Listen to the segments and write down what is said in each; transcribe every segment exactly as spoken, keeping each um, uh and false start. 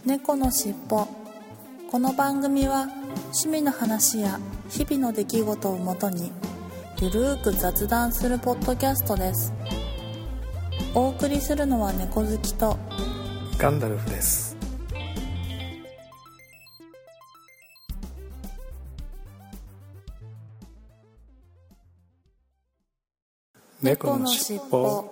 猫のしっぽ。この番組は趣味の話や日々の出来事をもとにゆるーく雑談するポッドキャストです。お送りするのは猫好きとガンダルフです。猫のしっぽ。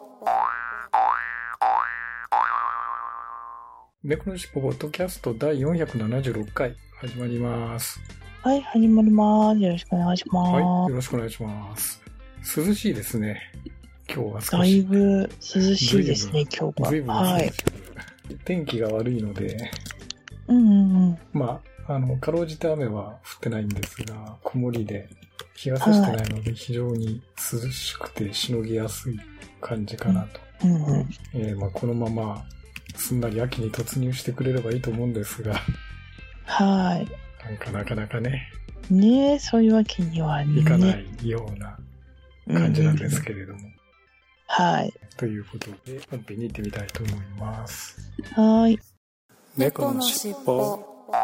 猫のしっぽポッドキャストだいよんひゃくななじゅうろっかい始まります。 はい、始まります。よろしくお願いします。 はい、よろしくお願いします。涼しいですね。今日は少し。 だいぶ涼しいですね、今日は。 ずいぶんはい。 天気が悪いので、 うんうんうん。 まあ、あの、かろうじて雨は降ってないんですが、曇りで日が差してないので非常に涼しくてしのぎやすい感じかなと。 うんうんうん、 えー、まあこのまますんなり秋に突入してくれればいいと思うんですが、 はい。 なんかなかなかね、 ねえ、そういうわけにはね。 いかないような感じなんですけれども。うんうん、 はい。 ということで、本編に行ってみたいと思います。 はい。 猫のしっぽ。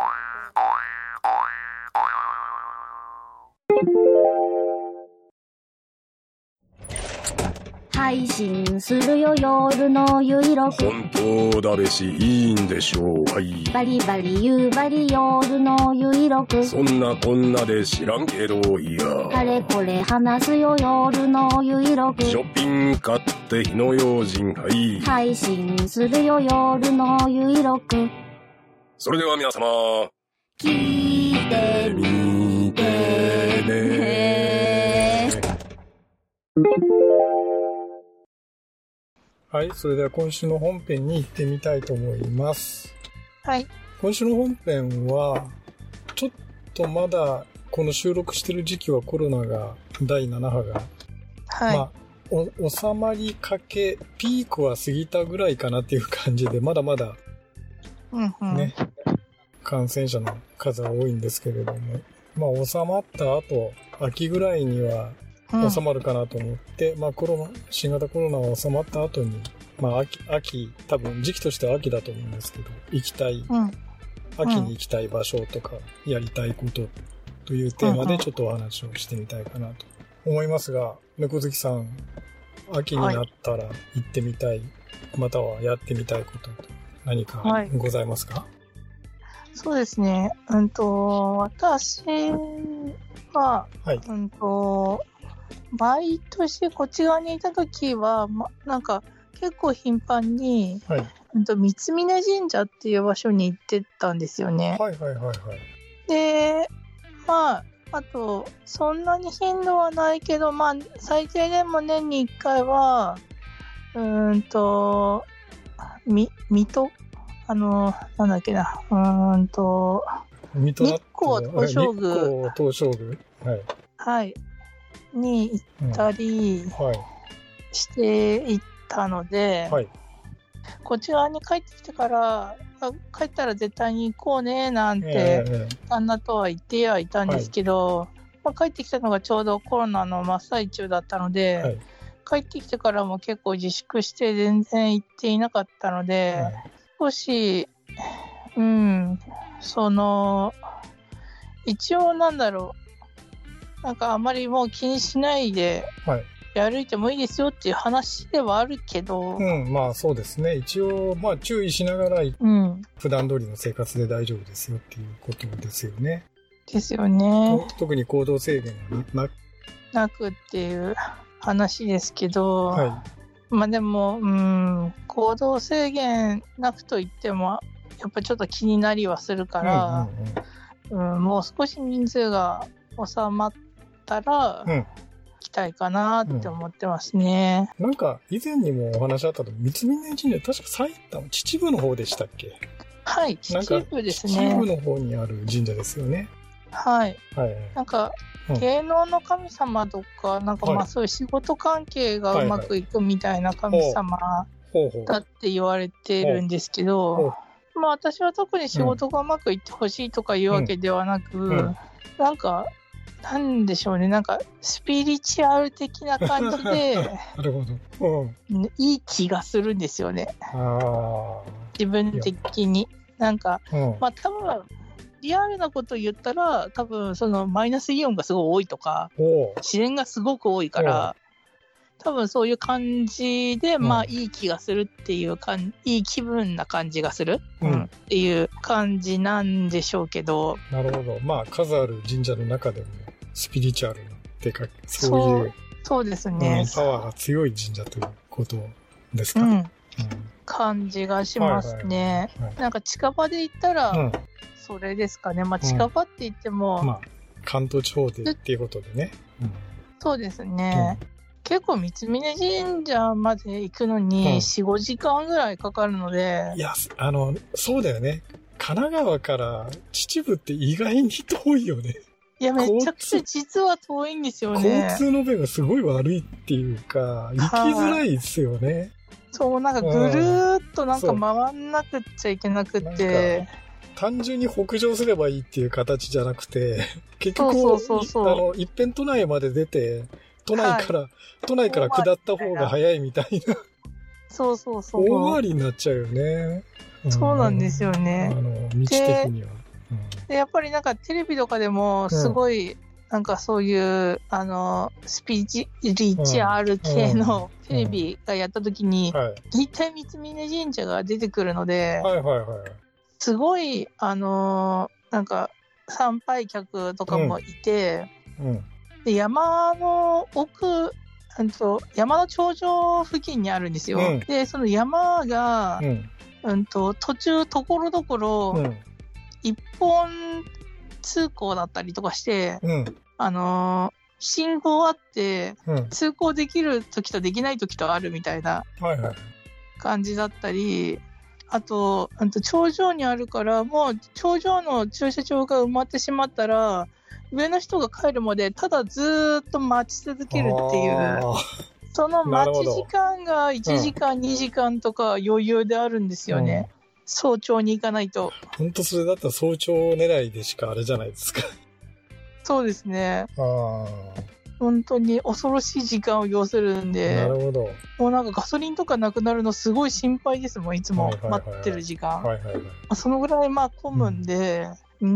配信するよ夜のゆいろく。 本当だべしいいんでしょう。はい。 バリバリ夕張夜のゆいろく。 そんなこんなで知らんけどいや。 あれこれ話すよ夜のゆいろく。 ショッピング買って火の用心。はい。 配信するよ夜のゆいろく。 それでは皆様聞いてみてね。 はい、それでは今週の本編に行ってみたいと思います。 はい。 今週の本編は、ちょっとまだこの収録してる時期はコロナがだいななはが、 はい。 まあ、お収まりかけ、ピークは過ぎたぐらいかなっていう感じで、まだまだうんうん、 ね、感染者の数は多いんですけれども、まあ収まった後、秋ぐらいには収まるかなと思って、うん、まあコロナ、新型コロナが収まった後に、まあ秋、秋、多分時期としては秋だと思うんですけど、行きたい、 うん、 秋に行きたい場所とか、やりたいことというテーマでちょっとお話をしてみたいかなと思いますが、猫好きさん、秋になったら行ってみたい、はい、またはやってみたいことと何かございますか？ はい、そうですね。うんと、私は、はい、うんと、毎年こっち側にいたときは、ま、なんか結構頻繁に、はい、うんと、三峯神社っていう場所に行ってたんですよね。 はいはいはいはい。 で、まあ、あと、そんなに頻度はないけど、まあ、最低でも年にいっかいは、うーんと、み、水戸あの、なんだっけな、うーんと、 日光東照宮。 日光東照宮。はい。 はい。に行ったりしていったので、うんはい、こっち側に帰ってきてから、帰ったら絶対に行こうね、なんて、えー、旦那とは言ってはいたんですけど、はいまあ、帰ってきたのがちょうどコロナの真っ最中だったので、はい帰ってきてからも結構自粛して全然行っていなかったので、はい、少し、うん、その、一応なんだろう、なんかあまりもう気にしないで、歩いてもいいですよっていう話ではあるけど、 うん、まあそうですね。一応、まあ注意しながら、うん、普段通りの生活で大丈夫ですよっていうことですよね。 ですよね。 特に行動制限がなく、 なくっていう。話ですけど、はい、まあでも、うん、行動制限なくと言ってもやっぱちょっと気になりはするから、うんうんうんうん、もう少し人数が収まったら、うん、行きたいかなって思ってますね、 うん、なんか以前にもお話あったと三峯神社、確か埼玉秩父の方でしたっけ？ はい、秩父ですね。 秩父の方にある神社ですよね。 はい、はい、なんか芸能の神様とか、なんかまあそういう仕事関係がうまくいくみたいな神様だって言われてるんですけど、まあ私は特に仕事がうまくいってほしいとかいうわけではなく、うんうん、なんか、なんでしょうね、なんかスピリチュアル的な感じで、 なるほど、 うん、いい気がするんですよね。あ、自分的に。 なんか、 うん、 まあ多分リアルなこと言ったら多分そのマイナスイオンがすごい多いとか自然がすごく多いから多分そういう感じで、まあいい気がするっていうかんいい気分な感じがする、うんうん、っていう感じなんでしょうけど。 なるほど。まあ数ある神社の中でもスピリチュアルなってかそういう、 そうですね、 うん、パワーが強い神社ということですか。うんうん、 感じがしますね。はいはいはいはい、なんか近場で言ったら、うん、それですかね。まあ近場って言っても、 うんまあ、関東地方でっていうことでね。うん、 そうですね。うん結構三峯神社まで行くのによん、ごじかんぐらいかかるので、 いや、あの、そうだよね。神奈川から秩父って意外に遠いよね。 いや、めちゃくちゃ実は遠いんですよね。 交通の便がすごい悪いっていうか、行きづらいですよね。 そう、なんかぐるーっとなんか回んなくっちゃいけなくって。 単純に北上すればいいっていう形じゃなくて、結局、 そうそうそうそう、 あの、一遍都内まで出て、都内から、はい、都内から下った方が早いみたいな。 そうそうそう。 大回りになっちゃうよね。 そうなんですよね。 あの、道的には。 うん、で、やっぱりなんかテレビとかでも、すごい、うん、なんかそういう、あの、スピリチュアル系のテレビがやった時に、うんうんはい、一体三峯神社が出てくるので、 はいはいはい、 すごい、あの、なんか、参拝客とかもいて、 うんうんで山の奥、と山の頂上付近にあるんですよ。うん、で、その山が、うんうんと途中ところどころ一本通行だったりとかして、うん、あのー、信号あって、うん、通行できる時とできない時とあるみたいな感じだったり、はいはい、あと、あと頂上にあるからもう頂上の駐車場が埋まってしまったら上の人が帰るまでただずーっと待ち続けるっていう、その待ち時間がいちじかん、うん、にじかんとか余裕であるんですよね。うん、早朝に行かないと。 本当それだったら早朝狙いでしかあれじゃないですか。 そうですね。 あ本当に恐ろしい時間を要するんで。 なるほど。 もうなんかガソリンとかなくなるのすごい心配ですもん、いつも待ってる時間。 はいはいはい。 そのぐらいまあ混むんで、うんうん、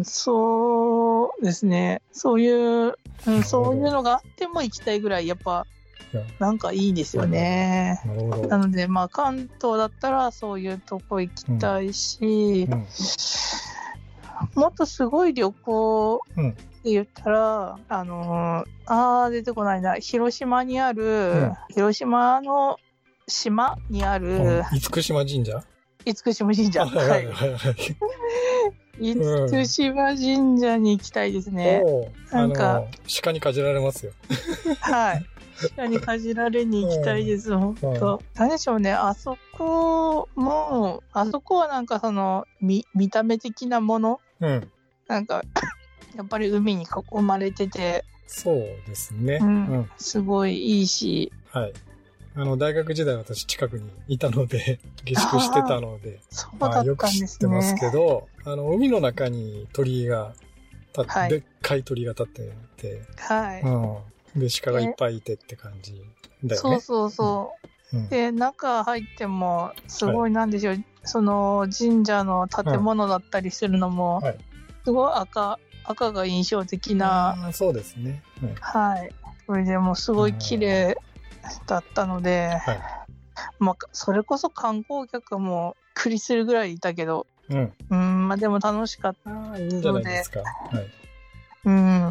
そうですね。そういう、うん、そういうのがあっても行きたいぐらい、やっぱ、なんかいいですよね。 なるほど。 なので、まあ、関東だったらそういうとこ行きたいし、うんうん、もっとすごい旅行って言ったら、うん、あのー、あー、出てこないな。広島にある、うん、広島の島にある、うん、 厳島神社厳島神社。はい。厳島神社に行きたいですね。なんか、あのー、鹿にかじられますよ。 はい。鹿にかじられに行きたいです、うん、本当。何でしょうね、あそこも、あそこはなんかその、見、見た目的なもの、 うん、 なんか、やっぱり海に囲まれてて、 そうですね。 うん。うん、すごいいいし。 はい。あの、大学時代私近くにいたので、下宿してたので、 そうだったんですね。 よく知ってますけど、あの、海の中に鳥居が立って、はい、でっかい鳥居が立ってて、 はい。 うん。で、鹿がいっぱいいてって感じだよね。 そうそうそう。うん、で、中入っても、すごいなんでしょう、はい、その神社の建物だったりするのも、はい、すごい赤、赤が印象的な。 あ、そうですね。 はい。はい。それでもすごい綺麗だったので、はい、まあ、それこそ観光客もびっくりするぐらいいたけど、 うん。 うん、まあでも楽しかったので、いいんじゃないですか。はい。うん、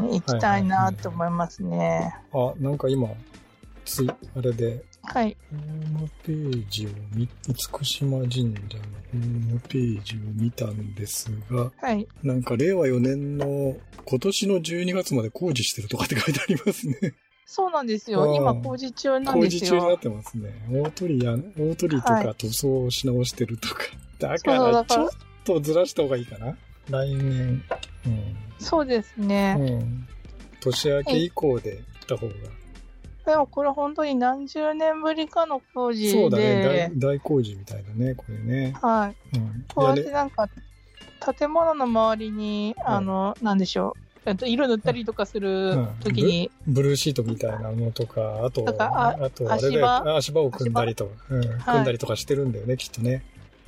行きたいなと思いますね。はいはいはいはい、あ、なんか今、つい、あれで、 はい。 ホームページを見、厳島神社のホームページを見たんですが、 はい。 なんか令和よねんの今年のじゅうにがつまで工事してるとかって書いてありますね。 そうなんですよ。今工事中なんですよ。 工事中になってますね。大鳥や、大鳥とか塗装をし直してるとか。はい、だからちょっとずらした方がいいかな。来年。うん、 そうですね。 うん。年明け以降で行った方が。 でもこれ本当に何十年ぶりかの工事で。 そうだね。大、大工事みたいだね、これね。 はい。 うん、 こうやってなんか、建物の周りに、あの、うん、なんでしょう。色塗ったりとかするときに、 うん、ブ, ブルーシートみたいなのとか、あと、 ああとあれで足場を組んだりとか、うん、はい、組んだりとかしてるんだよね、きっとね。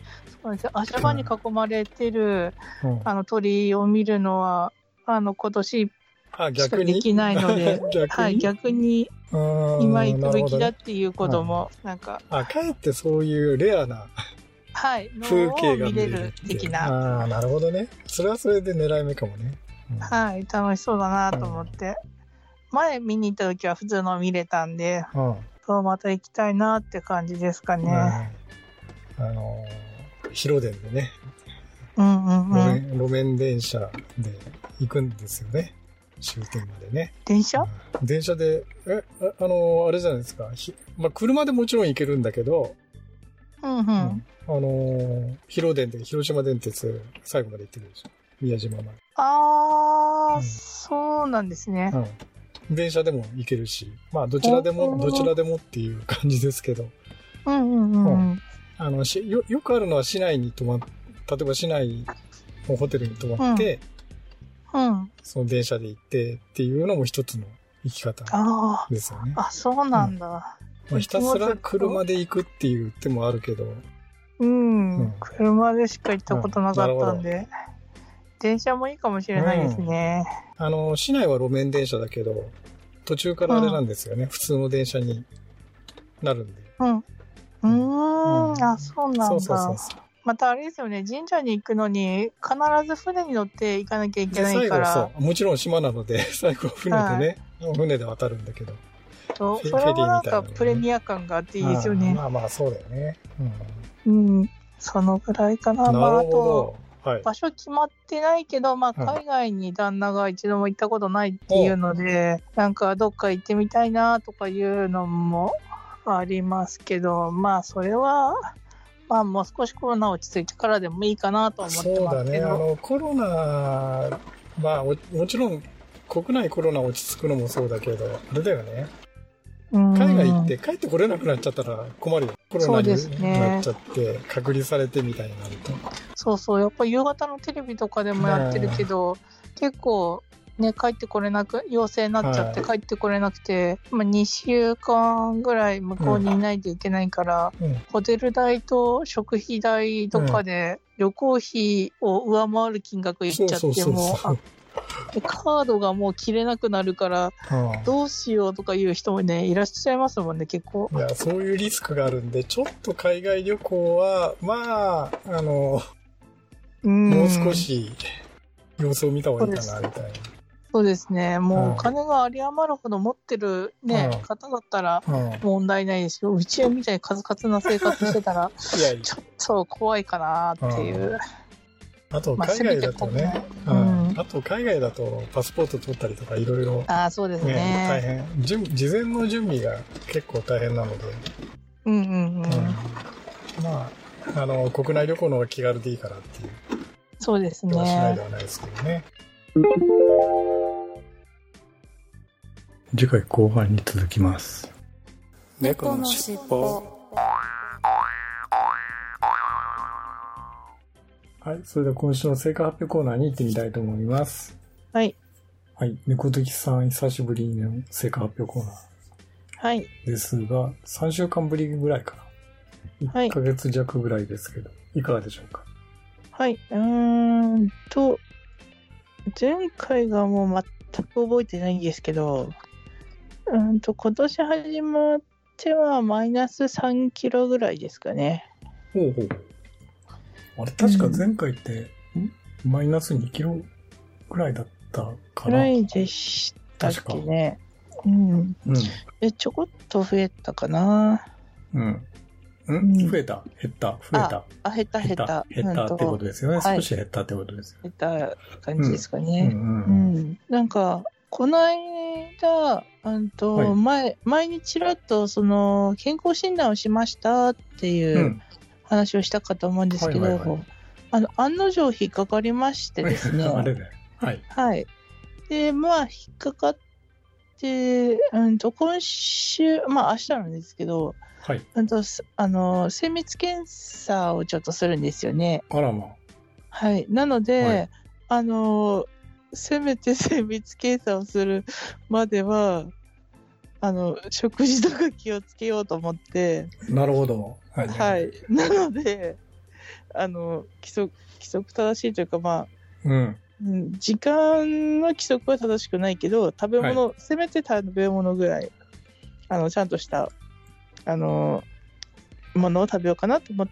足場に囲まれてる、 うん、 あの鳥を見るのは、あの、今年しかできないので、 逆にはい、逆に今行くべきだっていうことも、なんか。 あ、かえってそういうレアな、 はい、 風景が見れる的な。 ああ、なるほどね。それはそれで狙い目かもね。 うん、はい、楽しそうだなと思って。うん、前見に行った時は普通の見れたんで、うん、そうまた行きたいなって感じですかね。 うん、あのー、広電でね、 うんうんうん、 路面、路面電車で行くんですよね。終点までね。 電車、 うん、電車で、え、あ、あのー、あれじゃないですか。まあ、車でもちろん行けるんだけど、 うんうん。うん、 あのー、広電で広島電鉄最後まで行ってるでしょ。宮島まで。 あー、うん、そうなんですね。 うん。電車でも行けるし、まあ、どちらでも、どちらでもっていう感じですけど。 うんうんうん。うん、 あのしよ、よくあるのは市内に泊まっ、例えば市内のホテルに泊まって、 うん。うん、 その電車で行ってっていうのも一つの生き方ですよね。 ああ、そうなんだ。うん、 まあ、ひたすら車で行くっていう手もあるけど。 うん。うん、車でしか行ったことなかったんで、うん、電車もいいかもしれないですね。 うん、あの、市内は路面電車だけど、途中からあれなんですよね。うん、普通の電車になるんで。 うん。うーん、うん、あ、そうなんだ。 そうそうそうそう。 またあれですよね、神社に行くのに必ず船に乗って行かなきゃいけないから。 最後そう、もちろん島なので、最後は船でね、はい、船で渡るんだけど。 そう、それもなんかプレミア感があっていいですよね。 あまあまあそうだよね。 うん。うん、そのぐらいかな。まああと、 はい、 場所決まってないけど、まあ海外に旦那が一度も行ったことないっていうので、うん、なんかどっか行ってみたいなとかいうのもありますけど、まあそれは、まあもう少しコロナ落ち着いてからでもいいかなと思ってますけど。 そうだね。あのコロナ、まあもちろん国内コロナ落ち着くのもそうだけど、あれだよね。海外行って帰ってこれなくなっちゃったら困るよ。コロナになっちゃって隔離されてみたいになると。 そうそう。やっぱり夕方のテレビとかでもやってるけど、結構ね、帰ってこれなく、陽性になっちゃって帰ってこれなくて、まあ、にしゅうかんぐらい向こうにいないといけないから、うん、ホテル代と食費代とかで旅行費を上回る金額いっちゃって、もう、カードがもう切れなくなるから、どうしようとかいう人もね、いらっしゃいますもんね、結構。 いや、そういうリスクがあるんで、ちょっと海外旅行は、まあ、あの、うんもう少し様子を見た方がいいかな、みたいな。 そうですね。もうお金が有り余るほど持ってるね、うん、方だったら問題ないですよ。うちみたいに数々な生活してたら、いやいやちょっと怖いかなっていう。 あと海外だとね、まあうんうん、あと海外だとパスポート取ったりとかいろいろ。 ああ、そうですね。ね大変。事前の準備が結構大変なので。 うんうんうん。うん、 まあ、あの、国内旅行の方が気軽でいいからっていう。 そうですね。 しないではないですけどね。次回後半に続きます。 猫のしっぽ。 はい、それでは今週の成果発表コーナーに行ってみたいと思います。 はい。 はい、猫好きさん久しぶりの成果発表コーナー。 はい。 ですが、さんしゅうかんぶりぐらいかな。いっかげつ弱ぐらいですけど、はい、いかがでしょうか。 はい、うーんと、前回がもう全く覚えてないんですけど、うんと今年始まってはマイナスさんキロぐらいですかね。 ほうほう。あれ確か前回って、うん、マイナスにキロぐらいだったかな。ぐらいでしたっけね。うん。うん。でちょこっと増えたかな。 うん。うん、増えた減った増えたあ、減った減った。 減ったってことですよね。少し減ったってことですよ。 減った感じですかね。うん。うんうん、なんか、この間、うんと、はい、前、前にちらっと、その、健康診断をしましたっていう話をしたかと思うんですけど、はいはいはい、あの、案の定引っかかりましてですね。 あれね。はい。 はい。で、まあ、引っかかって、うんと、今週、まあ、明日なんですけど、 はい。 うんと、あの、精密検査をちょっとするんですよね。 あらまあ。 はい。なので、はい、あの、せめて精密検査をするまでは、あの、食事とか気をつけようと思って。 なるほど。はい、 はい。なので、 あの、規則、規則正しいというか、まあ、 うん。 時間の規則は正しくないけど、食べ物、はい、せめて食べ物ぐらい、あの、ちゃんとした、あの、ものを食べようかなと思って、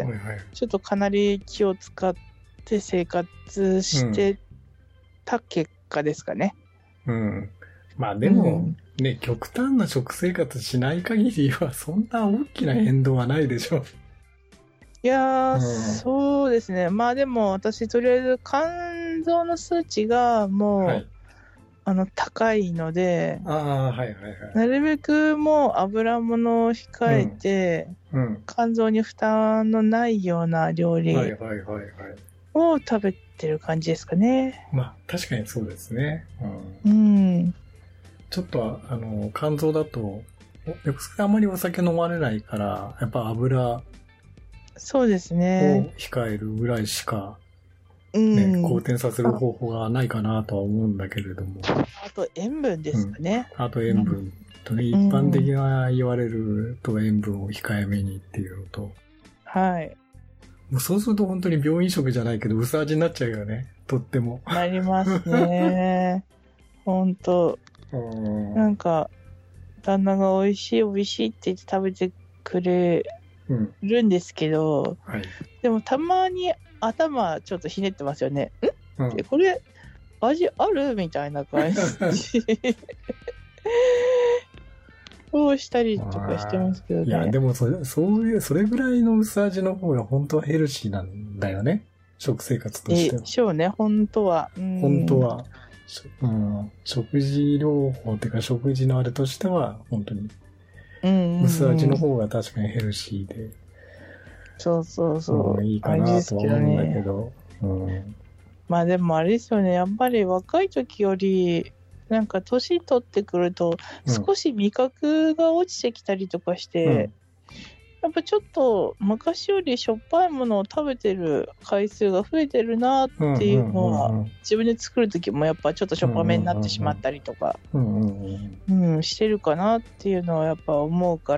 はいはい、ちょっとかなり気を使って生活してた結果ですかね。 うん。うん、まあでも、うん、ね、極端な食生活しない限りは、そんな大きな変動はないでしょう。 いやー、うん、そうですね。まあでも私とりあえず肝臓の数値がもう、はい、あの高いので、 ああ、はいはいはい。 なるべくもう油物を控えて、うんうん、肝臓に負担のないような料理を食べてる感じですかね。 まあ確かにそうですね。 うん。うん、 ちょっとあの肝臓だとあんまりお酒飲まれないからやっぱ油そうですね。 を控えるぐらいしか、ね、うん、好転させる方法がないかなとは思うんだけれども。 あと塩分ですかね。 うん、あと塩分とね、うん、一般的な言われると塩分を控えめにっていうのと。 はい。 もうそうすると本当に病院食じゃないけど薄味になっちゃうよね。とっても。 なりますね。本当。なんか、旦那が美味しい美味しいって言って食べてくれるんですけど、うん、はい、でもたまに頭ちょっとひねってますよね。ん、うん、これ味あるみたいな感じをしたりとかしてますけどね。 いやでもそれそういうそれぐらいの薄味の方が本当はヘルシーなんだよね。食生活としては。 でしょうね、本当は。 うん、本当は、うん、食事療法っていうか食事のあれとしては本当に。うんうんうん、薄味の方が確かにヘルシーで、 そうそうそう、 うん、いいかなとは思うんだけど、うん、 まあでもあれですよね、やっぱり若い時よりなんか年取ってくると少し味覚が落ちてきたりとかして、うん、やっぱちょっと昔よりしょっぱいものを食べてる回数が増えてるなっていうのは、うんうんうんうん、自分で作る時もやっぱちょっとしょっぱめになってしまったりとか、うんうんうんうん、してるかなっていうのはやっぱ思うから、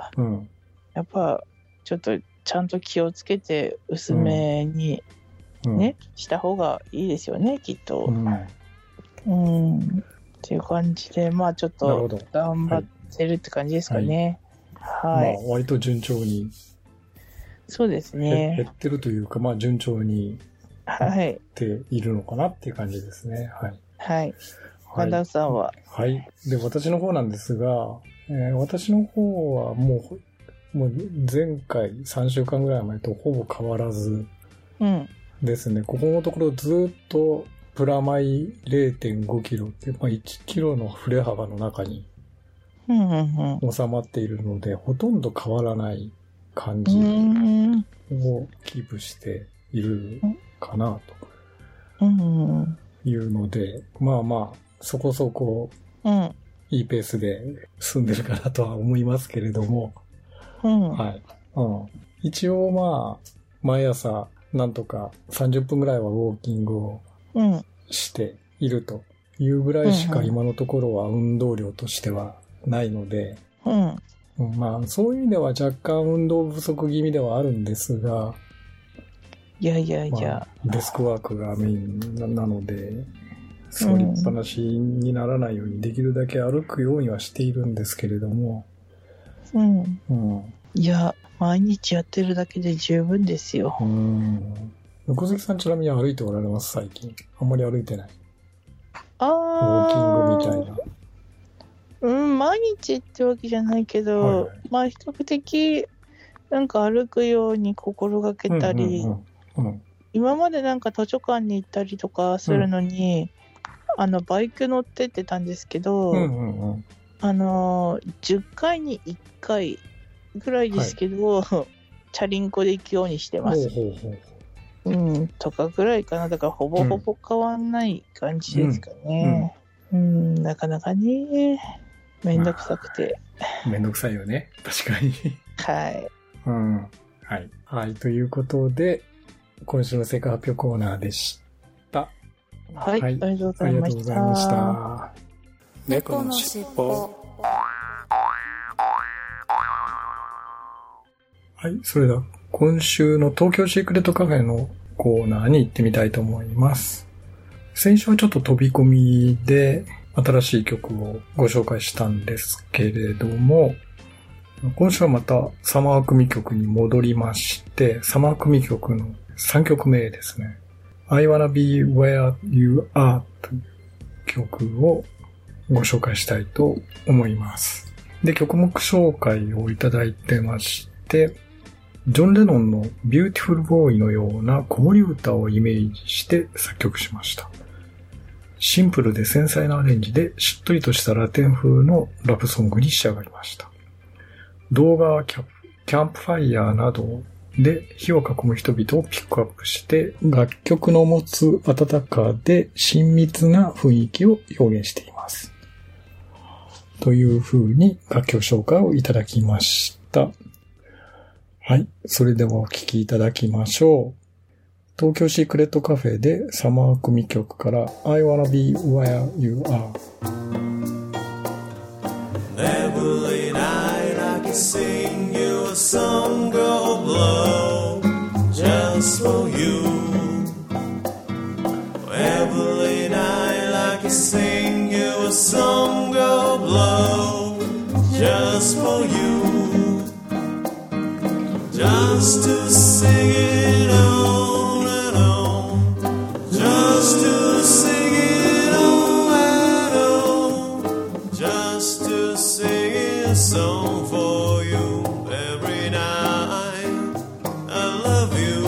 うん、やっぱちょっとちゃんと気をつけて薄めにね、うん、した方がいいですよね、きっと。うん、うん、っていう感じで、まあちょっと頑張ってるって感じですかね。はい。 まあ割と順調に。 そうですね。 減ってるというか、まあ順調に減っているのかなっていう感じですね。はい。 はい。和田さんは、 はい。はい。で、私の方なんですが、えー、私の方はもう、もう前回さんしゅうかんぐらい前とほぼ変わらずですね。うん、ここのところずっとプラマイ れいてんごキロって、まあ、いちキロの振れ幅の中に収まっているので、ほとんど変わらない感じをキープしているかなというので、まあまあそこそこいいペースで進んでるかなとは思いますけれども、はい、うん、一応まあ毎朝なんとかさんじゅっぷんぐらいはウォーキングをしているというぐらいしか今のところは運動量としてはないので、うんうん、まあそういう意味では若干運動不足気味ではあるんですが、 いやいやいや、まあ、デスクワークがメインなので座りっぱなしにならないようにできるだけ歩くようにはしているんですけれども、 うん、うん、いや毎日やってるだけで十分ですよ。うん。 横関さんちなみに歩いておられます最近？あんまり歩いてない？ ああ。ウォーキングみたいな。 うん、毎日ってわけじゃないけど、はいはい、まあ比較的なんか歩くように心がけたり、うんうんうん、今までなんか図書館に行ったりとかするのに、うん、あのバイク乗ってってたんですけど、うんうんうん、あのじゅっかいにいっかいぐらいですけど、はい、チャリンコで行くようにしてます。ほうほうほう、うん、とかぐらいかな。だからほぼほぼ変わんない感じですかね。うん、うんうん、なかなかね、めんどくさくて。 まあ、めんどくさいよね。確かに。 はい。 うん。はい。はい。ということで、今週の成果発表コーナーでした。 はい。はい、ありがとうございました。ありがとうございました。 猫のしっぽ。 はい。それでは、 今週の東京シークレットカフェのコーナーに行ってみたいと思います。先週はちょっと飛び込みで新しい曲をご紹介したんですけれども、今週はまたサマー組曲に戻りまして、サマー組曲のさんきょくめですね。I wanna be where you are という曲をご紹介したいと思います。で、曲目紹介をいただいてまして、ジョン・レノンのビューティフルボーイのような子守歌をイメージして作曲しました。シンプルで繊細なアレンジでしっとりとしたラテン風のラブソングに仕上がりました。動画はキャンプ、キャンプファイヤーなどで火を囲む人々をピックアップして楽曲の持つ温かで親密な雰囲気を表現しています。という風に楽曲紹介をいただきました。はい。それではお聴きいただきましょう。東京シークレットカフェでサマー組曲から I wanna be where you are。Every night I can sing you a song of love just for you. Every night I can sing you a song of love just for you.Just to sing it on and on, just to sing it on and on, just to sing a song for you every night. I love you.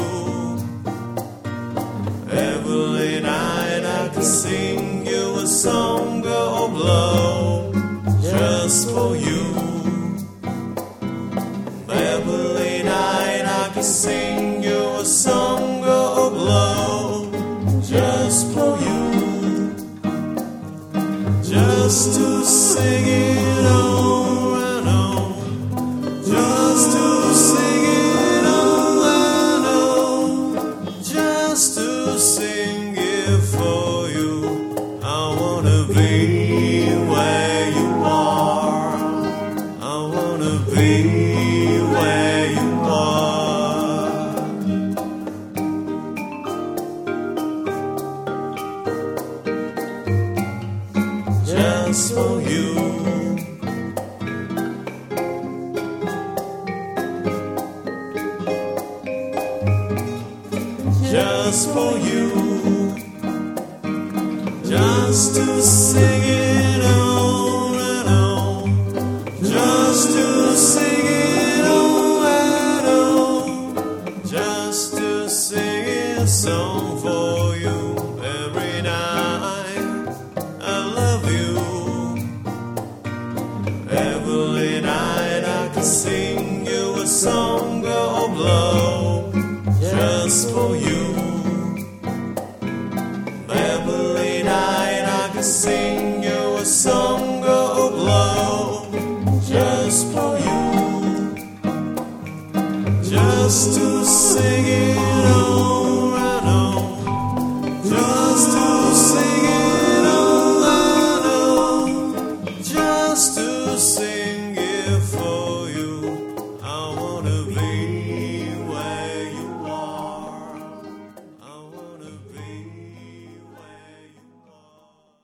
Every night I can sing you a song of love just for you.Sing you a song of love just for you. Just to sing it on and on. Just to sing it on and on. Just to sing it for you. I wanna be where you are. I wanna be where you are.Just for you. Just for you. Just to sing it on and on. Just to sing it on and on. Just to sing a song for you every night.I love you.Every night I can sing you a song of love just for you. Every night I can sing you a song of love just for you. Just to sing it on and on. Just to sing it on and on. Just to sing it for you. I wanna be where you are. I wanna be where you are.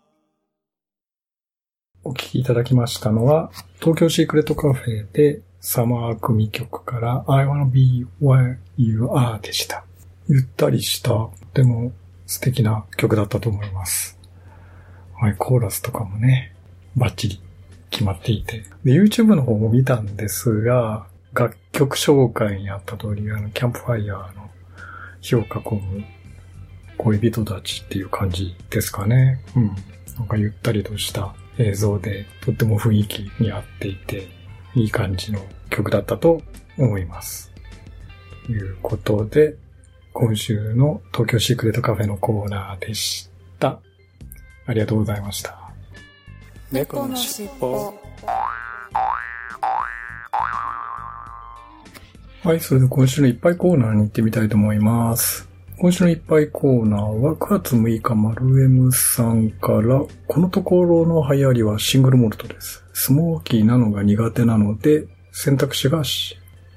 お聴きいただきましたのは東京シークレットカフェでサマー組曲から I wanna be where you are でした。ゆったりしたとても素敵な曲だったと思います。はい、コーラスとかもねバッチリ決まっていて。で、YouTube の方も見たんですが、楽曲紹介にあった通り、あの、キャンプファイヤーの火を囲む恋人たちっていう感じですかね。うん。なんかゆったりとした映像で、とっても雰囲気に合っていて、いい感じの曲だったと思います。ということで、今週の東京シークレットカフェのコーナーでした。ありがとうございました。猫のしっぽ。はい、それで今週のいっぱいコーナーに行ってみたいと思います。今週のいっぱいコーナーはくがつむいか丸 M さんから、このところの流行りはシングルモルトです。スモーキーなのが苦手なので、選択肢がシ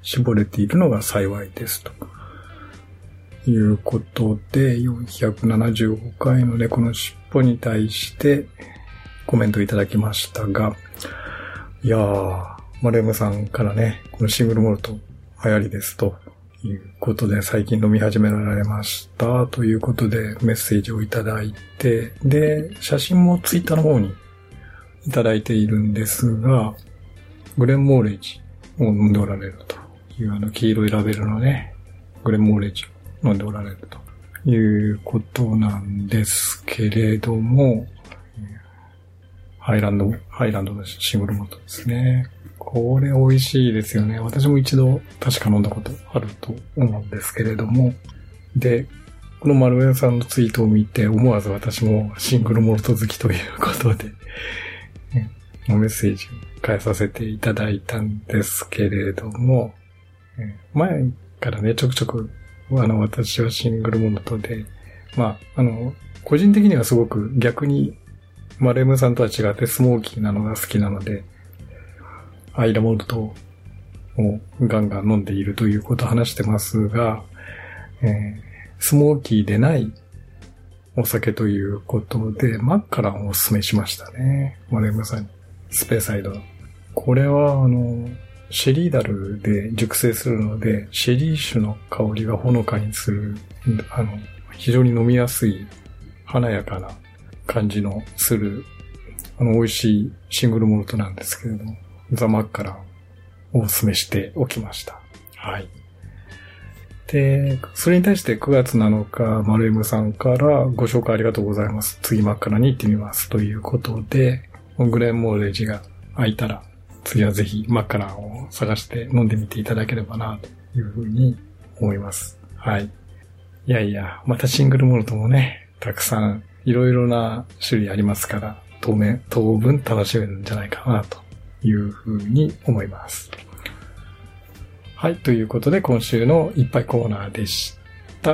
絞れているのが幸いですということで、よんひゃくななじゅうごかいの猫のしっぽに対してコメントいただきましたが、いやー、丸山さんからね、このシングルモルト流行りですということで、最近飲み始められましたということでメッセージをいただいて、で、写真もツイッターの方にいただいているんですが、グレンモーレージを飲んでおられるという、あの黄色いラベルのね、グレンモーレージを飲んでおられるということなんですけれども、ハイランド、ハイランドのシングルモルトですね。これ美味しいですよね。私も一度確か飲んだことあると思うんですけれども。で、この丸山さんのツイートを見て思わず私もシングルモルト好きということで、メッセージを返させていただいたんですけれども、前からね、ちょくちょくあの私はシングルモルトで、まあ、あの、個人的にはすごく逆に丸山さんとは違ってスモーキーなのが好きなので、アイラモルトをガンガン飲んでいるということを話してますが、えー、スモーキーでないお酒ということで、マッカランをお勧めしましたね。丸山さんに。スペーサイド。これは、あの、シェリーダルで熟成するので、シェリー酒の香りがほのかにする、あの、非常に飲みやすい、華やかな感じのする、あの、美味しいシングルモルトなんですけれども、ザ・マッカランをお勧めしておきました。はい。で、それに対してくがつなのか、丸 M さんからご紹介ありがとうございます。次マッカランに行ってみますということで、グレンモーレージが空いたら、次はぜひマッカランを探して飲んでみていただければな、というふうに思います。はい。いやいや、またシングルモルトもね、たくさんいろいろな種類ありますから、当面、当分楽しめるんじゃないかな、というふうに思います。はい。ということで、今週のいっぱいコーナーでした。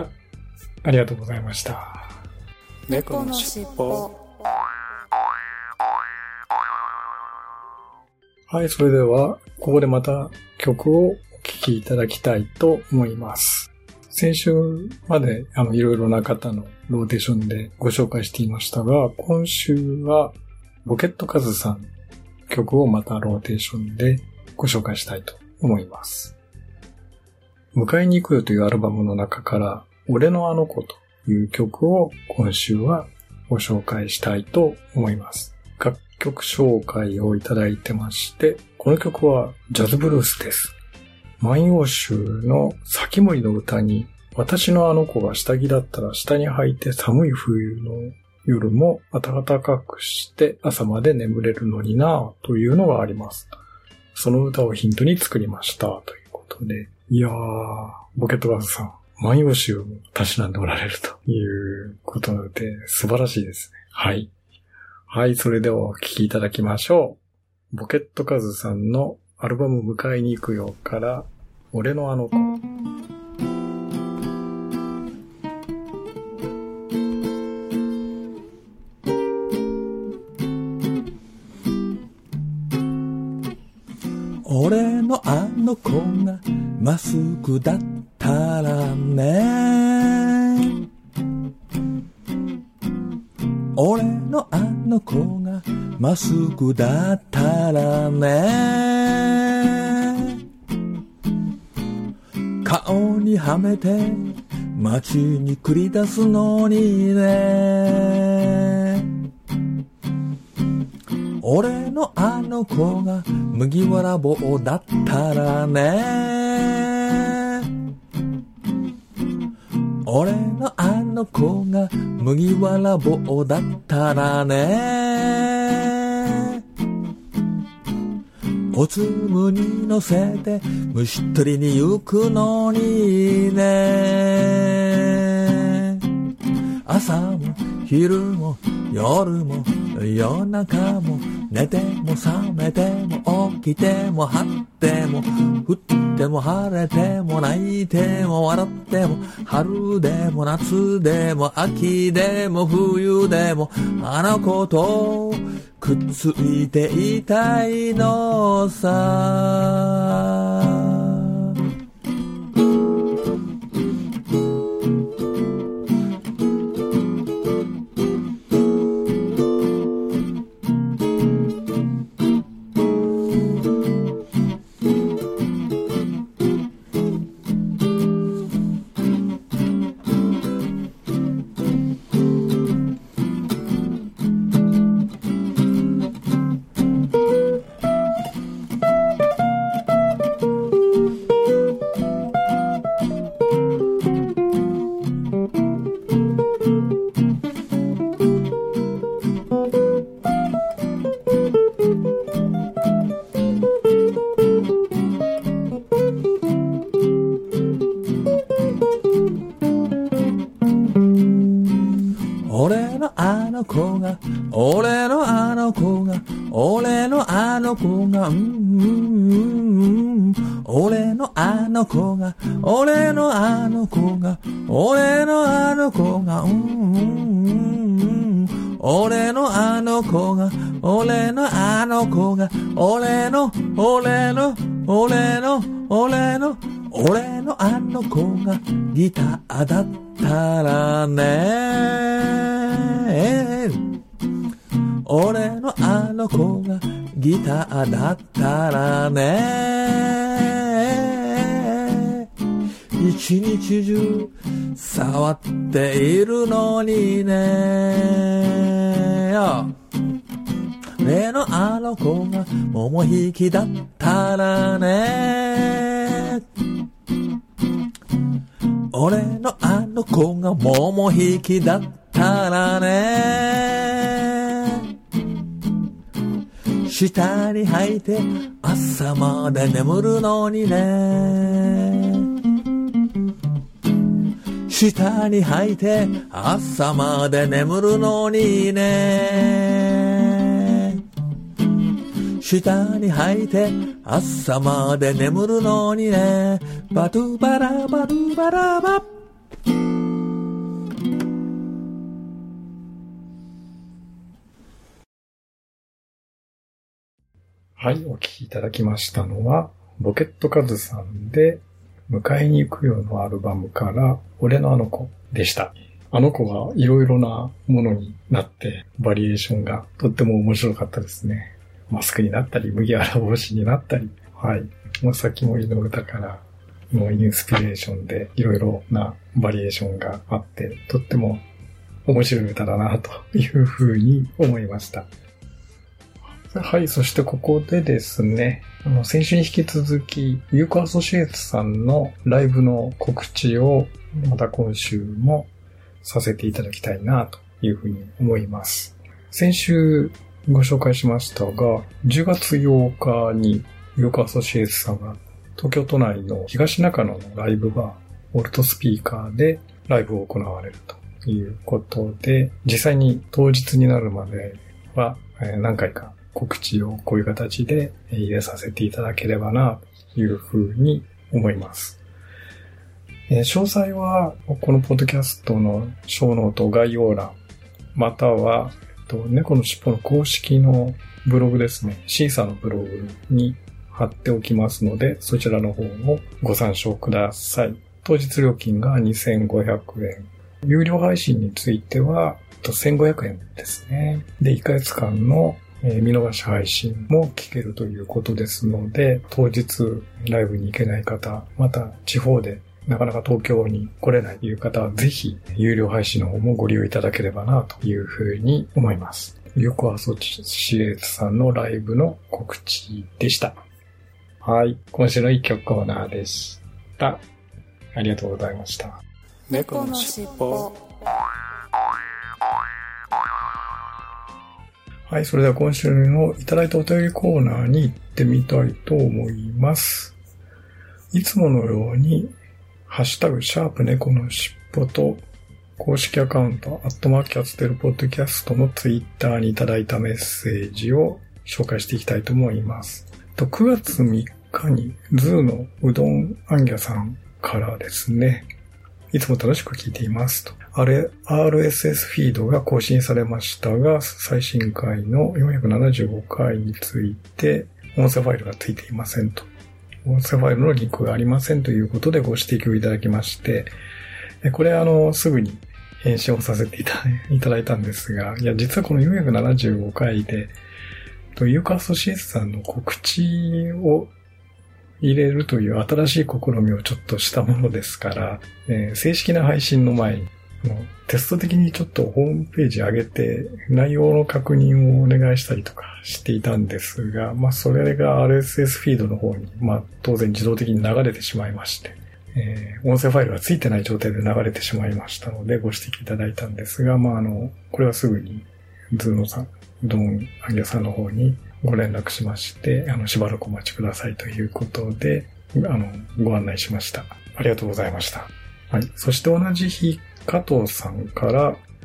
ありがとうございました。 猫のしっぽ。 はい。それでは、ここでまた曲をお聴きいただきたいと思います。先週まで、あの、いろいろな方のローテーションでご紹介していましたが、今週は、ボケットカズさん曲をまたローテーションでご紹介したいと思います。迎えに行くよというアルバムの中から、俺のあの子という曲を今週はご紹介したいと思います。楽曲紹介をいただいてまして、この曲はジャズブルースです。万葉集の咲森の歌に、私のあの子が下着だったら下に履いて寒い冬の夜も暖かくして朝まで眠れるのになぁというのがあります。その歌をヒントに作りましたということで、いやー、ボケットガーズさん、万葉集をたしなんでおられるということなので素晴らしいですね。はい。はい、それではお聴きいただきましょう。ボケットカズさんのアルバム迎えに行くよから俺のあの子。 俺のあの子がまっすぐだったらね、俺のあの子がまっすぐだったらね、顔にはめて街に繰り出すのにね、俺のあの子が麦わら帽だったらね、俺のあの子が麦わら帽だったらね、おつむに乗せて虫取りに行くのにね、朝も昼も夜も夜中も寝ても覚めても起きても張っても降っても晴れても泣いても笑っても春でも夏でも秋でも冬でもあの子とくっついていたいのさ。 俺のあの子が、俺のあの子が、俺のあの子が、うんうんうん、俺のあの子が、俺のあの子が、俺のあの子が、うんうんうん、俺のあの子が、俺のあの子が、俺の、俺の、俺の、俺の、俺のあの子がギターだったらね、俺のあの子がギターだったらね、一日中触っているのにね、俺のあの子が桃引きだったらね、俺のあの子が桃引きだったらね、下に履いて朝まで眠るのにね、下に履いて朝まで眠るのにね、下に履いて朝まで眠るのにね、バトゥバラバトゥバラバ。 はい、お聴きいただきましたのはボケットカズさんで迎えに行くよのアルバムから俺のあの子でした。あの子がいろいろなものになってバリエーションがとっても面白かったですね。マスクになったり、麦わら帽子になったり、はい。もう先もりの歌から、もうインスピレーションでいろいろなバリエーションがあって、とっても面白い歌だなというふうに思いました。はい、そしてここでですね、あの先週に引き続き、ユーコアソシエイツさんのライブの告知をまた今週もさせていただきたいなというふうに思います。先週、ご紹介しましたが、じゅうがつようかにユーコアソシエイツさんが東京都内の東中野のライブバー、オルトスピーカーでライブを行われるということで、実際に当日になるまでは何回か告知をこういう形で入れさせていただければなというふうに思います。詳細はこのポッドキャストのショーノート概要欄、または猫のしっぽの公式のブログですね。シーサーのブログに貼っておきますので、そちらの方をご参照ください。当日料金がにせんごひゃくえん。有料配信についてはせんごひゃくえんですね。で、いっかげつかんの見逃し配信も聞けるということですので、当日ライブに行けない方、また地方でなかなか東京に来れないという方はぜひ有料配信の方もご利用いただければなというふうに思います。ユーコアソシエイツさんのライブの告知でした。はい。今週の一曲コーナーでした。ありがとうございました。 猫のしっぽ。 はい。それでは今週のいただいたお便りコーナーに行ってみたいと思います。いつものようにハッシュタグ、シャープ猫のしっぽと、公式アカウント、アットマーキャステルポッドキャストのツイッターにいただいたメッセージを紹介していきたいと思います。くがつみっかに、ズーのうどんあんぎゃさんからですね、いつも楽しく聞いていますと。あれ、アールエスエス フィードが更新されましたが、最新回のよんひゃくななじゅうごかいについて、音声ファイルがついていませんと。音声ファイルのリンクがありませんということでご指摘をいただきまして、これあの、すぐに返信をさせていただいたんですが、いや、実はこのよんひゃくななじゅうごかいで、ユーコアソシエイツさんの告知を入れるという新しい試みをちょっとしたものですから、えー、正式な配信の前に、テスト的にちょっとホームページ上げて内容の確認をお願いしたりとかしていたんですが、まあそれが アールエスエス フィードの方に、まあ当然自動的に流れてしまいまして、えー、音声ファイルがついてない状態で流れてしまいましたのでご指摘いただいたんですが、まああの、これはすぐにズーノさん、うどんあんぎゃさんの方にご連絡しまして、あの、しばらくお待ちくださいということで、あの、ご案内しました。ありがとうございました。はい。そして同じ日、加藤さんから、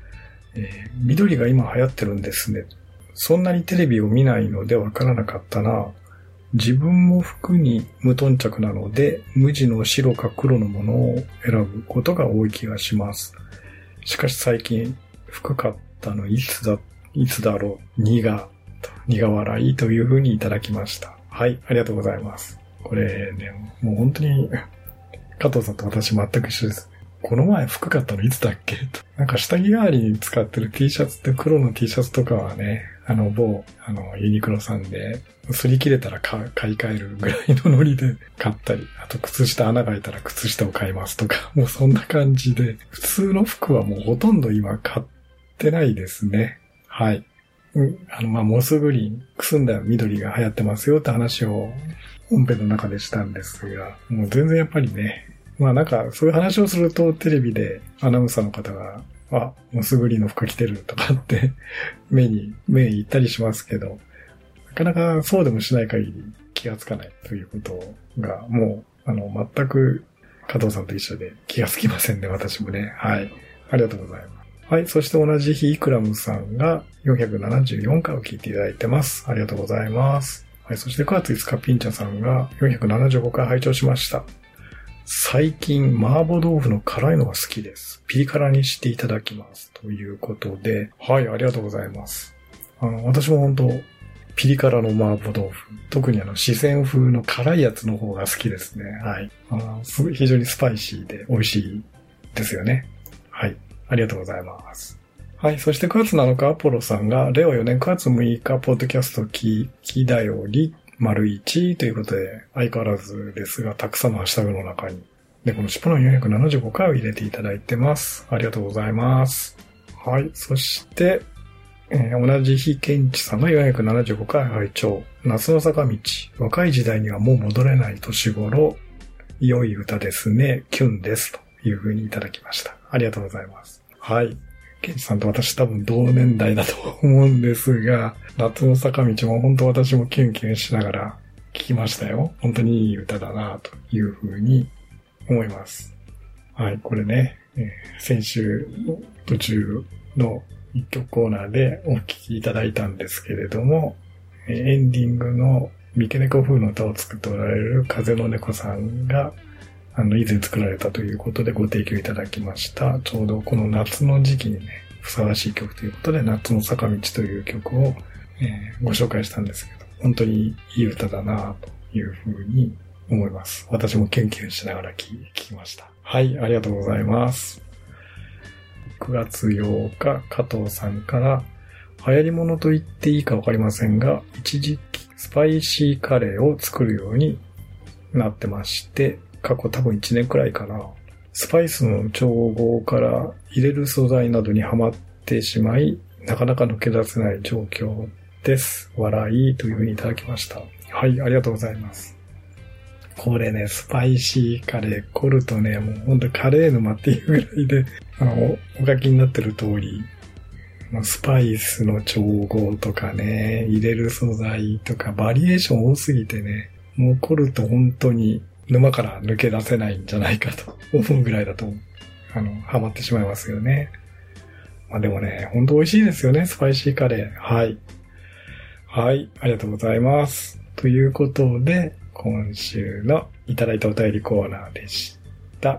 えー、緑が今流行ってるんですね。そんなにテレビを見ないのでわからなかったな。自分も服に無頓着なので、無地の白か黒のものを選ぶことが多い気がします。しかし最近、服買ったのいつだ、いつだろう、苦、苦笑いという風にいただきました。はい、ありがとうございます。これね、もう本当に、加藤さんと私全く一緒です。この前服買ったのいつだっけと。なんか下着代わりに使ってる T シャツって黒の T シャツとかはね、あの某、あの、ユニクロさんで、擦り切れたら買い替えるぐらいのノリで買ったり、あと靴下穴が開いたら靴下を買いますとか、もうそんな感じで、普通の服はもうほとんど今買ってないですね。はい。うん、あの、まあ、モスグリーン、くすんだ緑が流行ってますよって話を本編の中でしたんですが、もう全然やっぱりね、まあなんかそういう話をするとテレビでアナウンサーの方が、あ、モスグリーンの服着てるとかって目に、目に言ったりしますけど、なかなかそうでもしない限り気がつかないということが、もう、あの、全く加藤さんと一緒で気がつきませんね、私もね。はい。ありがとうございます。はい。そして同じ日、イクラムさんがよんひゃくななじゅうよんかいを聞いていただいてます。ありがとうございます。はい。そしてくがついつかピンチャさんがよんひゃくななじゅうごかい拝聴しました。最近、麻婆豆腐の辛いのが好きです。ピリ辛にしていただきます。ということで、はい、ありがとうございます。あの、私も本当ピリ辛の麻婆豆腐、特にあの、四川風の辛いやつの方が好きですね。はい。あのすごい非常にスパイシーで美味しいですよね。はい。ありがとうございます。はい。そしてくがつなのか、アポロさんが、れいわよねんくがつむいか、ポッドキャスト聞きだより、丸一ということで、相変わらずですが、たくさんのハッシュタグの中に、で、このシッポのよんひゃくななじゅうごかいを入れていただいてます。ありがとうございます。はい。そして、えー、同じ日、ケンチさんがよんひゃくななじゅうごかい拝聴。夏の坂道。若い時代にはもう戻れない年頃。良い歌ですね。キュンです。という風にいただきました。ありがとうございます。はい。ケンチさんと私多分同年代だと思うんですが、夏の坂道も本当私もキュンキュンしながら聞きましたよ。本当にいい歌だなという風に思います。はい。これね、えー、先週途中の一曲コーナーでお聴きいただいたんですけれども、えー、エンディングの三毛猫風の歌を作っておられる風の猫さんがあの、以前作られたということでご提供いただきました。ちょうどこの夏の時期にね、ふさわしい曲ということで、夏の坂道という曲を、えー、ご紹介したんですけど、本当にいい歌だなというふうに思います。私もキュンキュンしながら聴きました。はい、ありがとうございます。くがつようか、加藤さんから、流行り物と言っていいかわかりませんが、一時期スパイシーカレーを作るようになってまして、過去多分いちねんくらいかな。スパイスの調合から入れる素材などにはまってしまい、なかなか抜け出せない状況です。笑いというふうにいただきました。はい、ありがとうございます。これね、スパイシーカレー凝るとね、もうほんとカレー沼っていうぐらいで、あの、お書きになってる通り、スパイスの調合とかね、入れる素材とかバリエーション多すぎてね、もう凝ると本当に沼から抜け出せないんじゃないかと思うぐらいだと、あの、ハマってしまいますよね。まあでもね、ほんと美味しいですよね、スパイシーカレー。はい。はい、ありがとうございます。ということで、今週のいただいたお便りコーナーでした。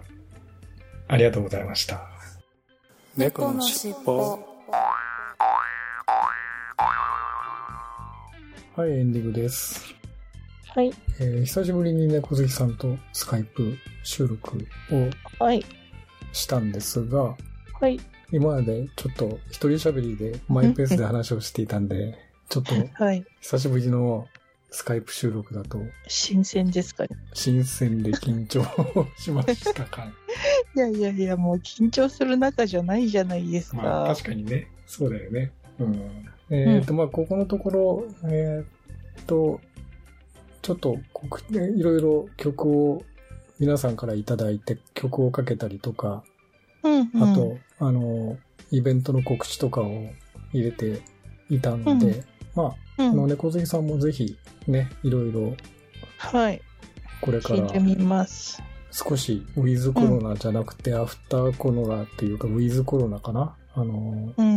ありがとうございました。 猫のしっぽ。 はい、エンディングです。 はい。 えー、久しぶりに猫好きさんとスカイプ収録をしたんですが、 はい。 今までちょっと一人喋りでマイペースで話をしていたんで、ちょっと久しぶりのスカイプ収録だと新鮮ですかね。 新鮮で緊張しましたか。 いやいやいや、もう緊張する中じゃないじゃないですか。 まあ確かにね、そうだよね。うん。えっと、うん、まあここのところ、えっと、ちょっといろいろ曲を皆さんからいただいて曲をかけたりとか、 うんうん、 あと、あの、イベントの告知とかを入れていたので、うん、まあ、うん、あの、猫好きさんもぜひね、いろいろ、 はい。 これから、 聞いてみます。 少しウィズコロナじゃなくて、うん、アフターコロナっていうか、ウィズコロナかなあの、 うん、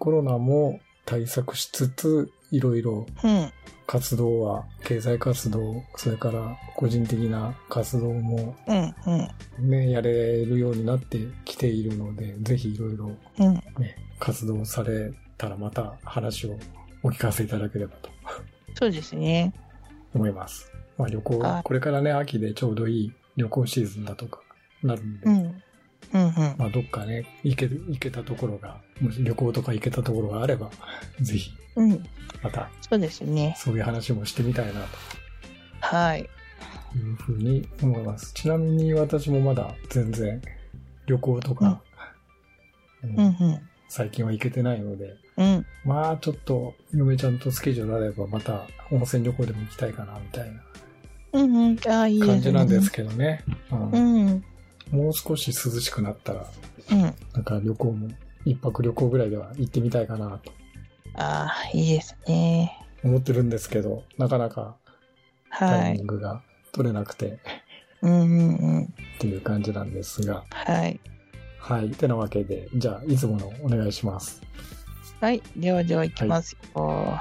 コロナも対策しつつ、いろいろ活動は、うん、経済活動、それから個人的な活動も、ね、うんうん、やれるようになってきているので、ぜひいろいろ活動されたらまた話をお聞かせいただければと。 そうですね。 思います。まあ旅行、これからね、秋でちょうどいい旅行シーズンだとかなるんで、うんうんうん、まあどっかね、行け、行けたところが、もし旅行とか行けたところがあれば、ぜひ、また、 そうですね。 そういう話もしてみたいなと。 はい。 いうふうに思います。ちなみに私もまだ全然旅行とか、うんうんうん、最近は行けてないので、うん、まあちょっと嫁ちゃんとスケジュールあればまた温泉旅行でも行きたいかなみたいな感じなんですけどね。うんうん、もう少し涼しくなったら、うん、なんか旅行も一泊旅行ぐらいでは行ってみたいかなと。 ああ、いいですね。 思ってるんですけど、なかなかタイミングが取れなくて、はい、うんうんうん、っていう感じなんですが。 はい。 はい。てなわけで、じゃあ、いつものお願いします。 はい。ではでは行きますよ。 はい。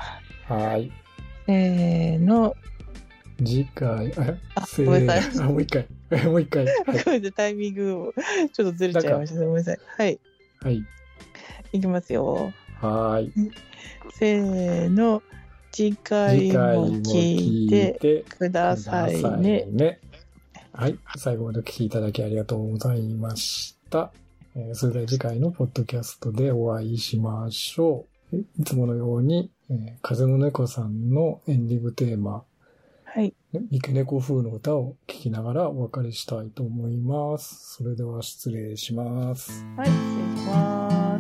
せーの。 次回、あ、 あごめんなさい。 あ、もう一回。もう一回。はい、 ごめんなさい。タイミングをちょっとずれちゃいました。ごめんなさい。はい。 はい。 いきますよ。 はい。 せーの。次回も聞いてくださいね。 ねはい。最後までお聞きいただきありがとうございました。えー、それでは次回のポッドキャストでお会いしましょう。いつものように、えー、風の猫さんのエンディングテーマ、 はい。 三毛猫風の歌を聴きながらお別れしたいと思います。それでは失礼します。 はい、失礼します。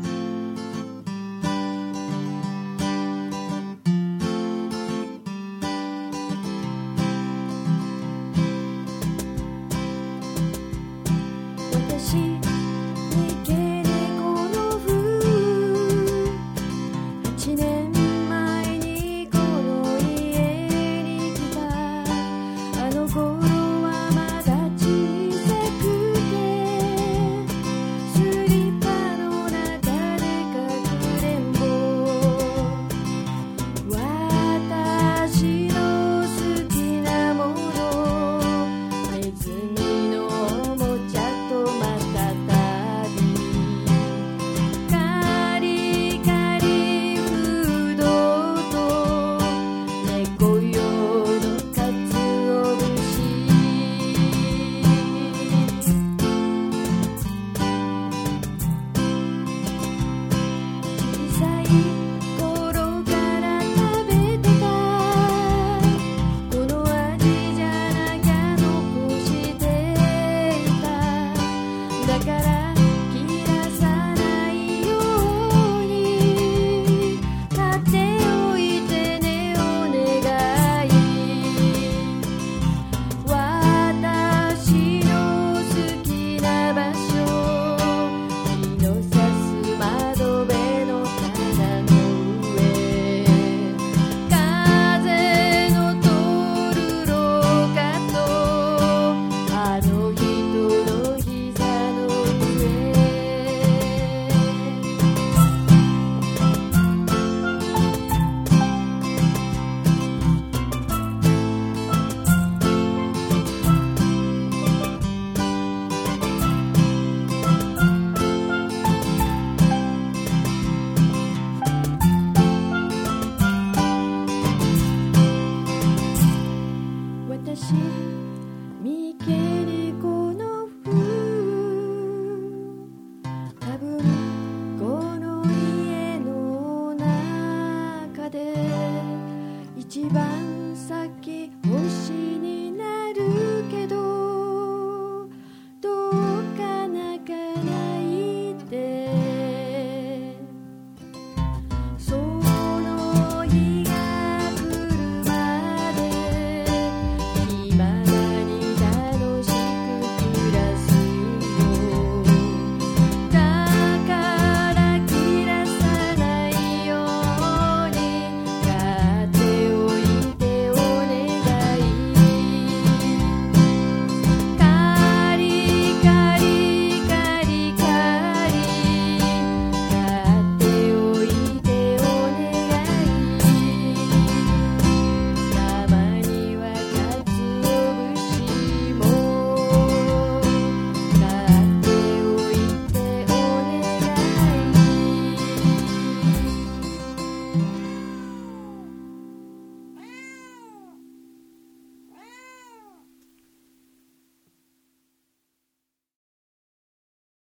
一番